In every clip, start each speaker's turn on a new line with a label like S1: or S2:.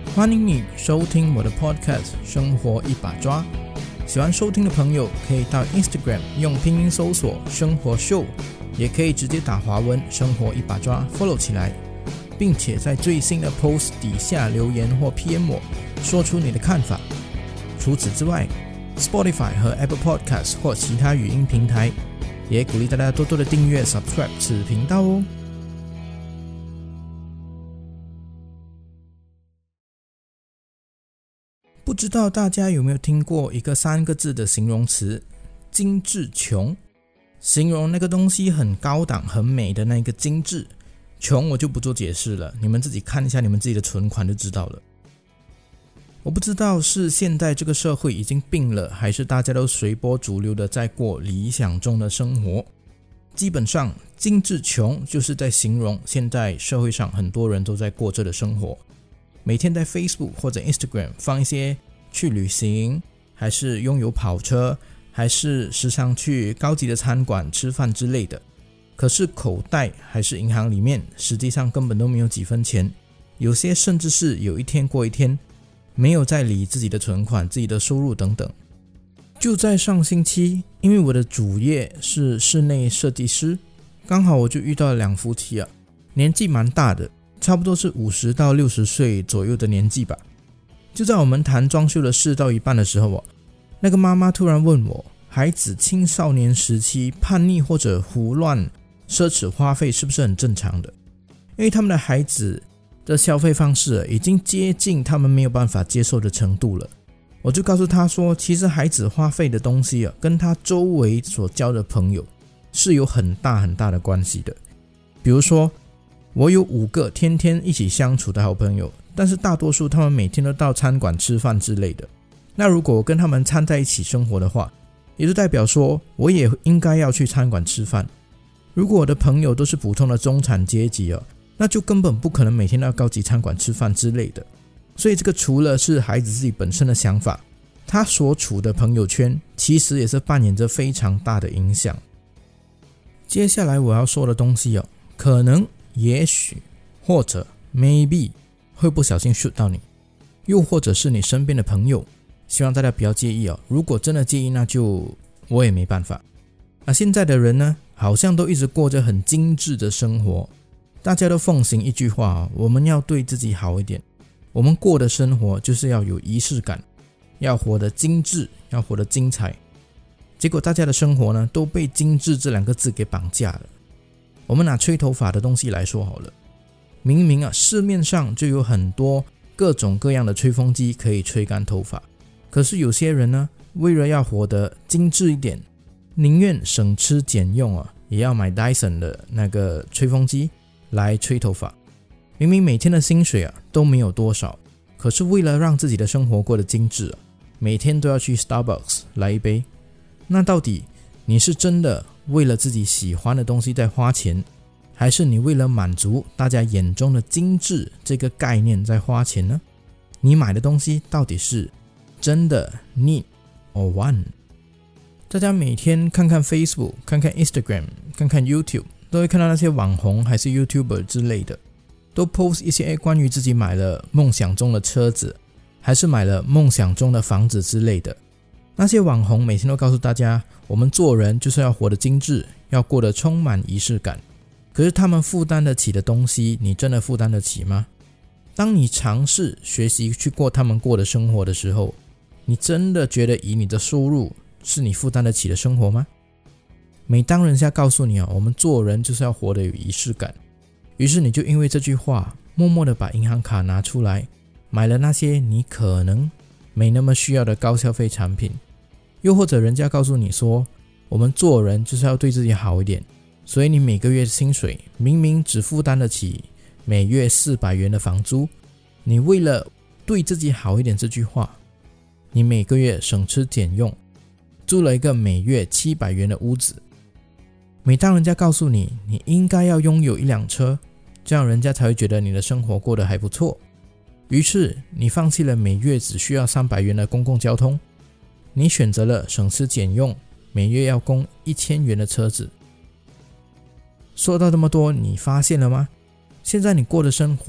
S1: 欢迎你收听我的 podcast 生活一把抓。喜欢收听的朋友可以到 Instagram 用拼音搜索生活秀，也可以直接打华文生活一把抓 follow 起来，并且在最新的 post 底下留言或 PM 我，说出你的看法。除此之外， Spotify 和 Apple Podcast 或其他语音平台也鼓励大家多多的订阅 subscribe 此频道哦。不知道大家有没有听过一个3个字的形容词精致穷，形容那个东西很高档很美的那个精致。穷我就不做解释了，你们自己看一下你们自己的存款就知道了。我不知道是现在这个社会已经病了，还是大家都随波逐流的在过理想中的生活。基本上精致穷就是在形容现在社会上很多人都在过这的生活，每天在 Facebook 或者 Instagram 放一些去旅行，还是拥有跑车，还是时常去高级的餐馆吃饭之类的，可是口袋还是银行里面实际上根本都没有几分钱，有些甚至是有一天过一天，没有在理自己的存款、自己的收入等等。就在上星期，因为我的主业是室内设计师，刚好我就遇到了2夫妻年纪蛮大的，差不多是50到60岁左右的年纪吧。就在我们谈装修的事到一半的时候，那个妈妈突然问我，孩子青少年时期叛逆或者胡乱奢侈花费是不是很正常的？因为他们的孩子的消费方式已经接近他们没有办法接受的程度了。我就告诉他说，其实孩子花费的东西跟他周围所交的朋友是有很大很大的关系的。比如说我有5个天天一起相处的好朋友，但是大多数他们每天都到餐馆吃饭之类的。那如果我跟他们掺在一起生活的话，也就代表说我也应该要去餐馆吃饭。如果我的朋友都是普通的中产阶级那就根本不可能每天到高级餐馆吃饭之类的。所以这个除了是孩子自己本身的想法，他所处的朋友圈其实也是扮演着非常大的影响。接下来我要说的东西可能也许或者 maybe 会不小心 shoot 到你，又或者是你身边的朋友，希望大家不要介意如果真的介意，那就我也没办法。现在的人呢，好像都一直过着很精致的生活，大家都奉行一句话我们要对自己好一点，我们过的生活就是要有仪式感，要活得精致，要活得精彩。结果大家的生活呢，都被精致这2个字给绑架了。我们拿吹头发的东西来说好了，明明市面上就有很多各种各样的吹风机可以吹干头发，可是有些人呢，为了要活得精致一点，宁愿省吃俭用也要买 Dyson 的那个吹风机来吹头发。明明每天的薪水都没有多少，可是为了让自己的生活过得精致每天都要去 Starbucks 来一杯。那到底你是真的为了自己喜欢的东西在花钱，还是你为了满足大家眼中的精致这个概念在花钱呢？你买的东西到底是真的 need or want？ 大家每天看看 Facebook， 看看 Instagram， 看看 YouTube， 都会看到那些网红还是 YouTuber 之类的，都 post 一些关于自己买了梦想中的车子，还是买了梦想中的房子之类的。那些网红每天都告诉大家，我们做人就是要活得精致，要过得充满仪式感。可是他们负担得起的东西，你真的负担得起吗？当你尝试学习去过他们过的生活的时候，你真的觉得以你的收入是你负担得起的生活吗？每当人家告诉你我们做人就是要活得有仪式感，于是你就因为这句话默默地把银行卡拿出来，买了那些你可能没那么需要的高消费产品。又或者人家告诉你说，我们做人就是要对自己好一点，所以你每个月薪水明明只负担得起每月400元的房租，你为了对自己好一点这句话，你每个月省吃俭用租了一个每月700元的屋子。每当人家告诉你你应该要拥有一辆车，这样人家才会觉得你的生活过得还不错，于是你放弃了每月只需要300元的公共交通，你选择了省吃俭用每月要供1000元的车子。说到这么多，你发现了吗？现在你过的生活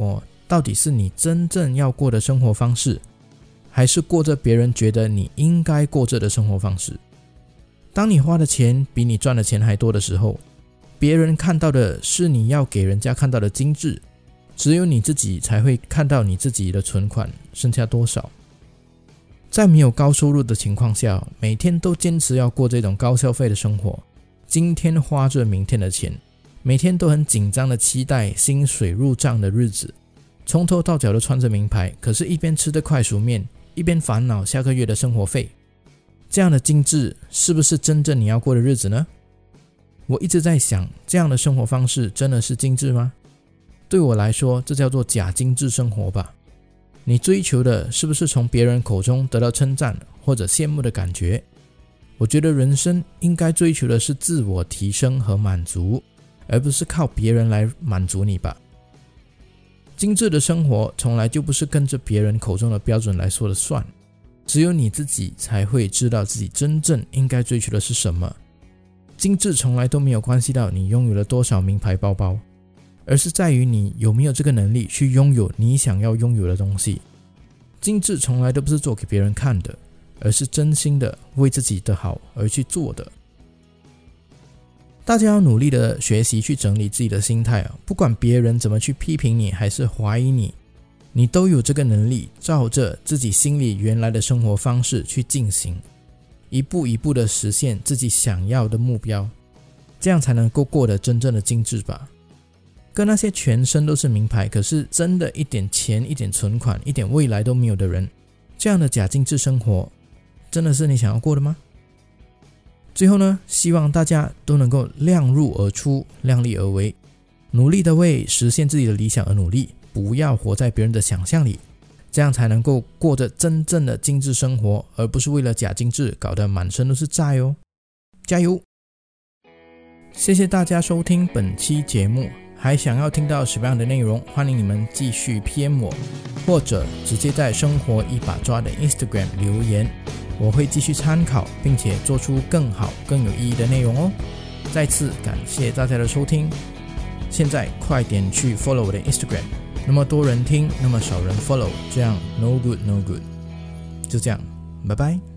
S1: 到底是你真正要过的生活方式，还是过着别人觉得你应该过着的生活方式？当你花的钱比你赚的钱还多的时候，别人看到的是你要给人家看到的精致，只有你自己才会看到你自己的存款剩下多少。在没有高收入的情况下，每天都坚持要过这种高消费的生活，今天花着明天的钱，每天都很紧张的期待薪水入账的日子，从头到脚都穿着名牌，可是一边吃着快熟面，一边烦恼下个月的生活费。这样的精致是不是真正你要过的日子呢？我一直在想，这样的生活方式真的是精致吗？对我来说，这叫做假精致生活吧。你追求的是不是从别人口中得到称赞或者羡慕的感觉？我觉得人生应该追求的是自我提升和满足，而不是靠别人来满足你吧。精致的生活从来就不是跟着别人口中的标准来说了算，只有你自己才会知道自己真正应该追求的是什么。精致从来都没有关系到你拥有了多少名牌包包，而是在于你有没有这个能力去拥有你想要拥有的东西。精致从来都不是做给别人看的，而是真心的为自己的好而去做的。大家要努力的学习去整理自己的心态，不管别人怎么去批评你还是怀疑你，你都有这个能力照着自己心里原来的生活方式去进行，一步一步的实现自己想要的目标，这样才能够过得真正的精致吧。跟那些全身都是名牌，可是真的一点钱、一点存款、一点未来都没有的人，这样的假精致生活，真的是你想要过的吗？最后呢，希望大家都能够量入而出，量力而为，努力的为实现自己的理想而努力，不要活在别人的想象里，这样才能够过着真正的精致生活，而不是为了假精致搞得满身都是债哦。加油！谢谢大家收听本期节目，还想要听到什么样的内容，欢迎你们继续 PM 我，或者直接在生活一把抓的 Instagram 留言，我会继续参考，并且做出更好更有意义的内容哦。再次感谢大家的收听，现在快点去 follow 我的 Instagram， 那么多人听，那么少人 follow， 这样 no good no good。就这样，拜拜。